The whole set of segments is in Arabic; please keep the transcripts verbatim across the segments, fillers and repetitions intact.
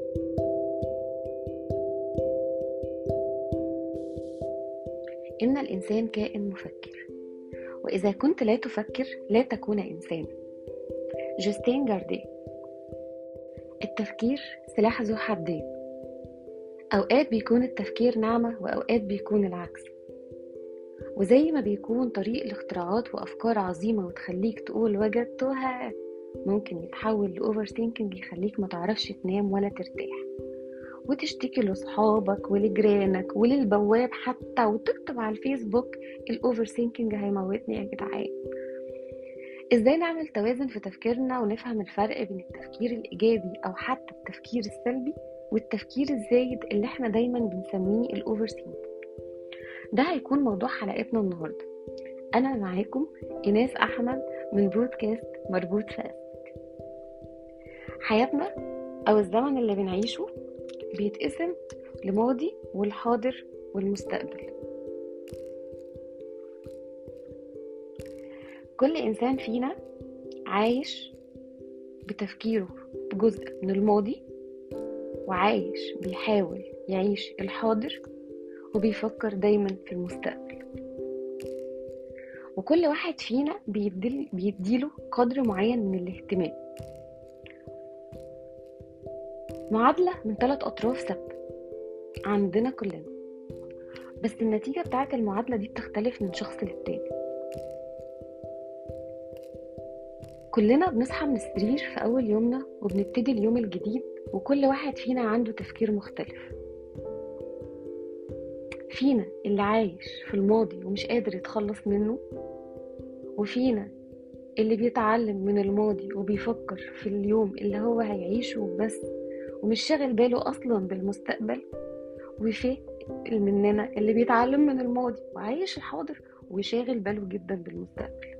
إن الإنسان كائن مفكر، وإذا كنت لا تفكر لا تكون إنسان. جوستين جاردي. التفكير سلاح ذو حدين، أوقات بيكون التفكير نعمة وأوقات بيكون العكس. وزي ما بيكون طريق الاختراعات وأفكار عظيمة وتخليك تقول وجدتها، ممكن يتحول لأوفر ثينكينج يخليك ما تعرفش تنام ولا ترتاح، وتشتكي لصحابك ولجيرانك وللبواب حتى، وتكتب على الفيسبوك الأوفر ثينكينج هيموتني يا جدعان. ازاي نعمل توازن في تفكيرنا ونفهم الفرق بين التفكير الإيجابي أو حتى التفكير السلبي والتفكير الزايد اللي احنا دايما بنسميه الأوفر ثينكينج؟ ده هيكون موضوع حلقتنا النهاردة. أنا معاكم إيناس أحمد من بودكاست مربوط فاست. حياتنا أو الزمن اللي بنعيشه بيتقسم لماضي والحاضر والمستقبل. كل إنسان فينا عايش بتفكيره بجزء من الماضي، وعايش بيحاول يعيش الحاضر، وبيفكر دايما في المستقبل. وكل واحد فينا بيديل بيديله قدر معين من الاهتمام، معادلة من ثلاث أطراف ثابتة عندنا كلنا، بس النتيجة بتاعت المعادلة دي بتختلف من شخص للتاني. كلنا بنصحى من السرير في أول يومنا وبنبتدي اليوم الجديد، وكل واحد فينا عنده تفكير مختلف. فينا اللي عايش في الماضي ومش قادر يتخلص منه، وفينا اللي بيتعلم من الماضي وبيفكر في اليوم اللي هو هيعيشه بس، ومش شاغل باله أصلا بالمستقبل. وفي مننا اللي بيتعلم من الماضي وعايش الحاضر وشاغل باله جدا بالمستقبل.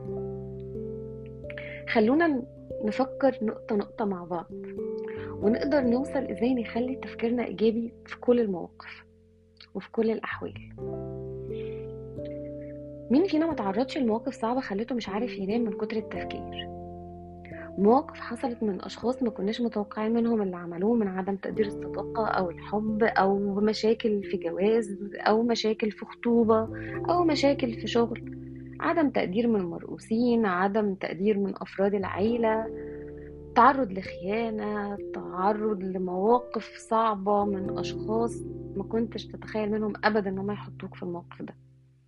خلونا نفكر نقطة نقطة مع بعض، ونقدر نوصل ازاي نخلي تفكيرنا ايجابي في كل المواقف وفي كل الاحوال. مين فينا ما تعرضش لمواقف صعبة خلته مش عارف ينام من كتر التفكير؟ مواقف حصلت من اشخاص ما كناش متوقعين منهم اللي عملوه، من عدم تقدير الصداقة او الحب او مشاكل في جواز او مشاكل في خطوبة او مشاكل في شغل، عدم تقدير من المرؤوسين، عدم تقدير من افراد العيلة، تعرض لخيانة، تعرض لمواقف صعبة من أشخاص ما كنتش تتخيل منهم أبدا أنهم يحطوك في الموقف ده.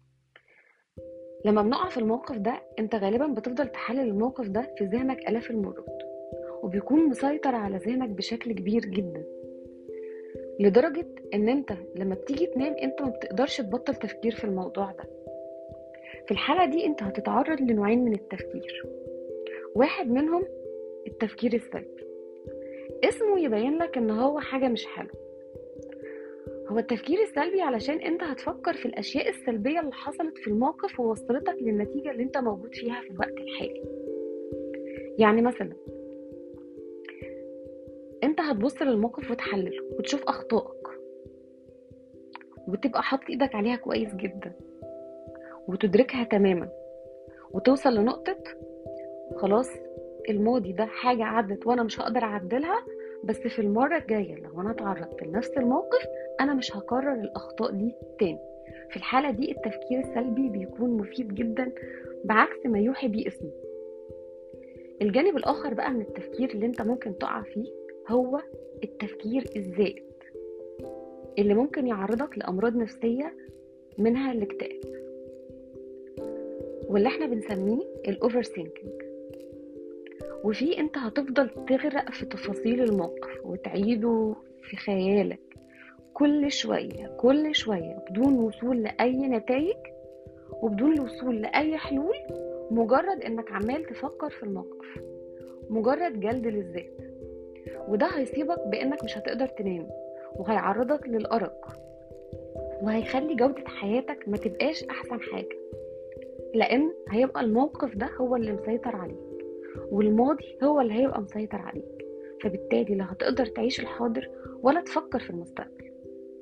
لما بنقع في الموقف ده انت غالبا بتفضل تحلل الموقف ده في ذهنك آلاف المرات، وبيكون مسيطر على ذهنك بشكل كبير جدا، لدرجة ان انت لما بتيجي تنام انت ما بتقدرش تبطل تفكير في الموضوع ده. في الحالة دي انت هتتعرض لنوعين من التفكير. واحد منهم التفكير السلبي، اسمه يبين لك ان هو حاجة مش حلوة. هو التفكير السلبي علشان انت هتفكر في الاشياء السلبية اللي حصلت في الموقف ووصلتك للنتيجة اللي انت موجود فيها في الوقت الحالي. يعني مثلا انت هتبص للموقف وتحلله وتشوف اخطائك وتبقى حاطط ايدك عليها كويس جدا وتدركها تماما، وتوصل لنقطة خلاص الماضي ده حاجة عدت وانا مش هقدر اعدلها، بس في المرة الجاية لو انا اتعرضت لنفس الموقف انا مش هكرر الاخطاء دي تاني. في الحالة دي التفكير السلبي بيكون مفيد جدا بعكس ما يوحي بيه اسمه. الجانب الاخر بقى من التفكير اللي انت ممكن تقع فيه هو التفكير الزائد، اللي ممكن يعرضك لامراض نفسية منها الاكتئاب، واللي احنا بنسميه الاوفر ثينكينج. وفي انت هتفضل تغرق في تفاصيل الموقف وتعيده في خيالك كل شوية كل شوية بدون وصول لأي نتائج وبدون الوصول لأي حلول، مجرد انك عمال تفكر في الموقف، مجرد جلد للذات. وده هيصيبك بانك مش هتقدر تنام، وهيعرضك للأرق، وهيخلي جودة حياتك ما تبقاش احسن حاجة، لان هيبقى الموقف ده هو اللي مسيطر عليك، والماضي هو اللي هيبقى مسيطر عليك. فبالتالي لا هتقدر تعيش الحاضر ولا تفكر في المستقبل.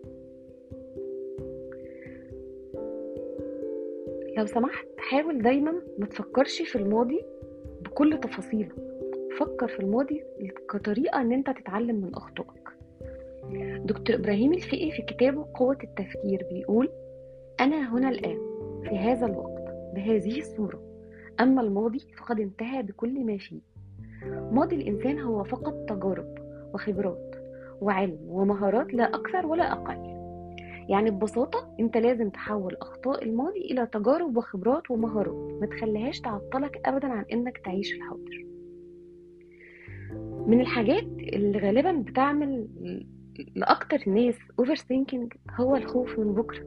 لو سمحت حاول دايما ما تفكرش في الماضي بكل تفاصيله، فكر في الماضي كطريقة ان انت تتعلم من اخطائك. دكتور إبراهيم الفقي في كتابه قوة التفكير بيقول: أنا هنا الآن في هذا الوقت بهذه الصورة، أما الماضي فقد انتهى بكل ما فيه. ماضي الإنسان هو فقط تجارب وخبرات وعلم ومهارات، لا أكثر ولا أقل. يعني ببساطة أنت لازم تحول أخطاء الماضي إلى تجارب وخبرات ومهارات، ما تخليهاش تعطلك أبدا عن إنك تعيش الحاضر. من الحاجات اللي غالبا بتعمل لأكتر ناس overthinking هو الخوف من بكرة.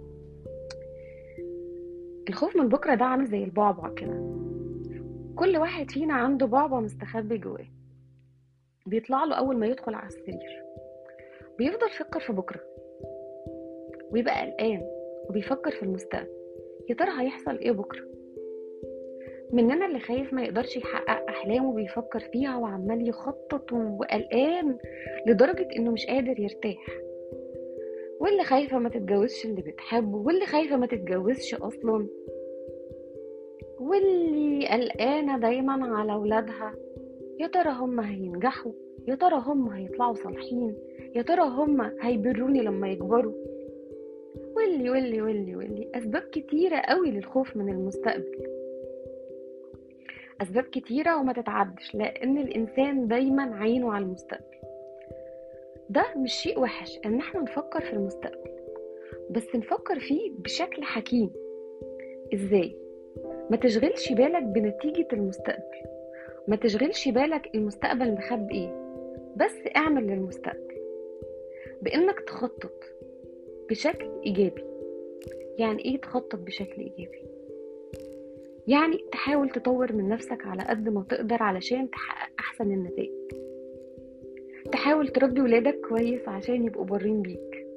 الخوف من بكرة ده عامل زي البعبع كده، كل واحد فينا عنده بعبع مستخبي جواه، بيطلع له أول ما يدخل على السرير، بيفضل يفكر في بكرة ويبقى قلقان وبيفكر في المستقبل، يا ترى هيحصل ايه بكرة. مننا اللي خايف ما يقدرش يحقق أحلامه بيفكر فيها وعمال يخطط وقلقان لدرجة إنه مش قادر يرتاح، واللي خايفة ما تتجوزش اللي بتحبه، واللي خايفة ما تتجوزش أصلا، واللي قلقانة دايما على ولادها، يا ترى هم هينجحوا، يا ترى هم هيطلعوا صالحين، يا ترى هم هيبروني لما يكبروا، واللي واللي واللي واللي أسباب كتيرة قوي للخوف من المستقبل، أسباب كتيرة وما تتعدش، لأن الإنسان دايما عينه على المستقبل. ده مش شيء وحش إن احنا نفكر في المستقبل، بس نفكر فيه بشكل حكيم. إزاي؟ ما تشغلش بالك بنتيجة المستقبل، ما تشغلش بالك المستقبل مخبي ايه، بس اعمل للمستقبل بإنك تخطط بشكل إيجابي. يعني ايه تخطط بشكل إيجابي؟ يعني تحاول تطور من نفسك على قد ما تقدر علشان تحقق أحسن النتائج، تحاول تربي ولادك كويس عشان يبقوا بارين بيك،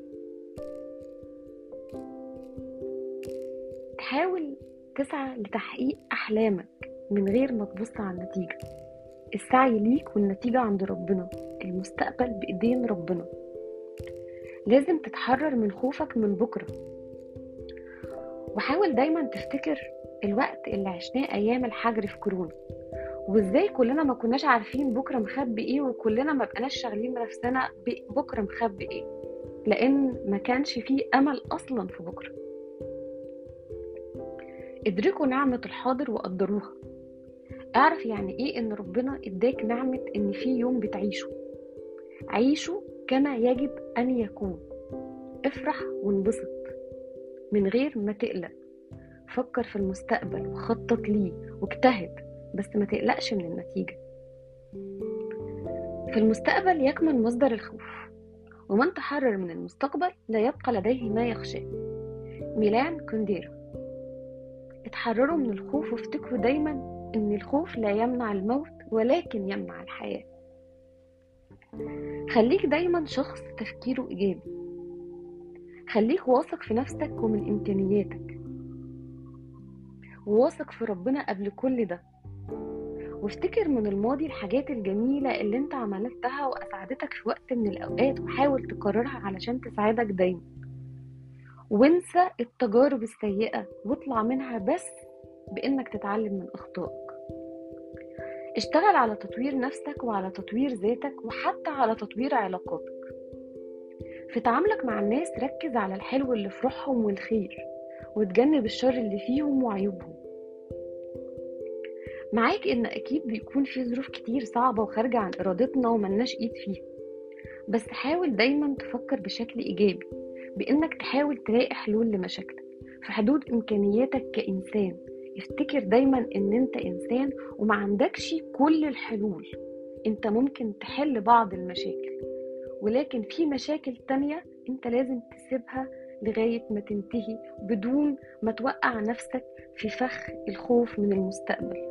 تحاول تسعى لتحقيق أحلامك من غير ما تبص على النتيجة. السعي ليك والنتيجة عند ربنا، المستقبل بإيدين ربنا. لازم تتحرر من خوفك من بكرة، وحاول دايما تفتكر الوقت اللي عشناه أيام الحجر في كورونا، وإزاي كلنا ما كناش عارفين بكرة مخبي إيه، وكلنا ما بقناش شغالين نفسنا بكرة مخبي إيه، لأن ما كانش فيه أمل أصلا في بكرة. ادركوا نعمة الحاضر وقدروها. اعرف يعني إيه إن ربنا إداك نعمة إن في يوم بتعيشه، عيشه كما يجب أن يكون. افرح وانبسط من غير ما تقلق، فكر في المستقبل وخطط ليه واجتهد، بس ما تقلقش من النتيجة. في المستقبل يكمن مصدر الخوف، ومن تحرر من المستقبل لا يبقى لديه ما يخشاه. ميلان كونديرا. اتحرروا من الخوف وافتكروا دايما ان الخوف لا يمنع الموت ولكن يمنع الحياة. خليك دايما شخص تفكيره إيجابي، خليك واثق في نفسك ومن إمكانياتك، وواثق في ربنا قبل كل ده. وافتكر من الماضي الحاجات الجميلة اللي انت عملتها وأسعدتك في وقت من الأوقات، وحاول تكررها علشان تساعدك دايما. وانسى التجارب السيئة واطلع منها بس بإنك تتعلم من أخطائك. اشتغل على تطوير نفسك وعلى تطوير ذاتك وحتى على تطوير علاقاتك. في تعاملك مع الناس ركز على الحلو اللي في روحهم والخير، وتجنب الشر اللي فيهم وعيوبهم. معاك ان اكيد بيكون في ظروف كتير صعبة وخارجة عن ارادتنا وملناش ايد فيها، بس حاول دايما تفكر بشكل ايجابي، بانك تحاول تلاقي حلول لمشاكلك في حدود امكانياتك كإنسان. افتكر دايما ان انت انسان وما عندكش كل الحلول، انت ممكن تحل بعض المشاكل، ولكن في مشاكل تانية انت لازم تسيبها لغاية ما تنتهي بدون ما توقع نفسك في فخ الخوف من المستقبل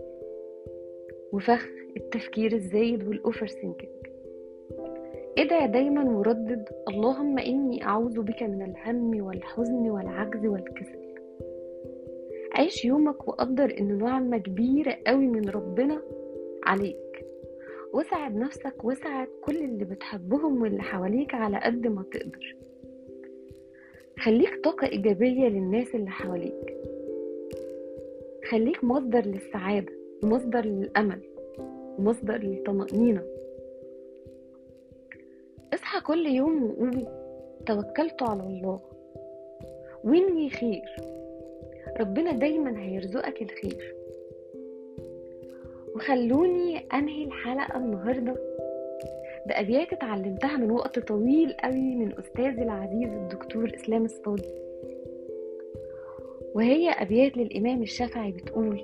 وفخ التفكير الزايد والأوفر سينكينج. ادعي دايما وردد: اللهم إني أعوذ بك من الهم والحزن والعجز والكسل. عيش يومك وقدر إنه نعمة كبيرة قوي من ربنا عليك، وساعد نفسك وساعد كل اللي بتحبهم واللي حواليك على قد ما تقدر. خليك طاقة إيجابية للناس اللي حواليك، خليك مصدر للسعادة ومصدر للأمل ومصدر للطمأنينة. اصحى اصحى كل يوم وقول توكلت على الله، وانوي خير، ربنا دايما هيرزقك الخير. وخلوني انهي الحلقة النهاردة بأبيات اتعلمتها من وقت طويل قوي من أستاذي العزيز الدكتور إسلام الصادق، وهي أبيات للإمام الشافعي بتقول: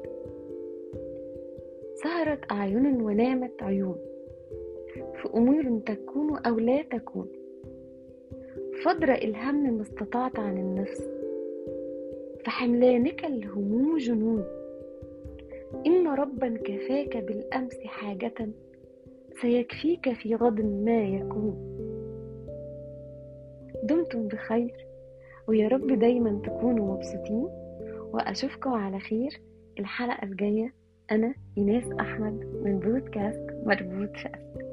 سهرت أعين ونامت عيون، في أمور تكون أو لا تكون، فادرأ الهم ما استطعت عن النفس، فحملانك الهموم جنون، إن ربا كفاك بالأمس حاجة، سيكفيك في غد ما يكون. دمتم بخير، ويا رب دايما تكونوا مبسوطين، وأشوفكم على خير الحلقة الجاية. أنا إيناس أحمد من بودكاست مربوط فأس.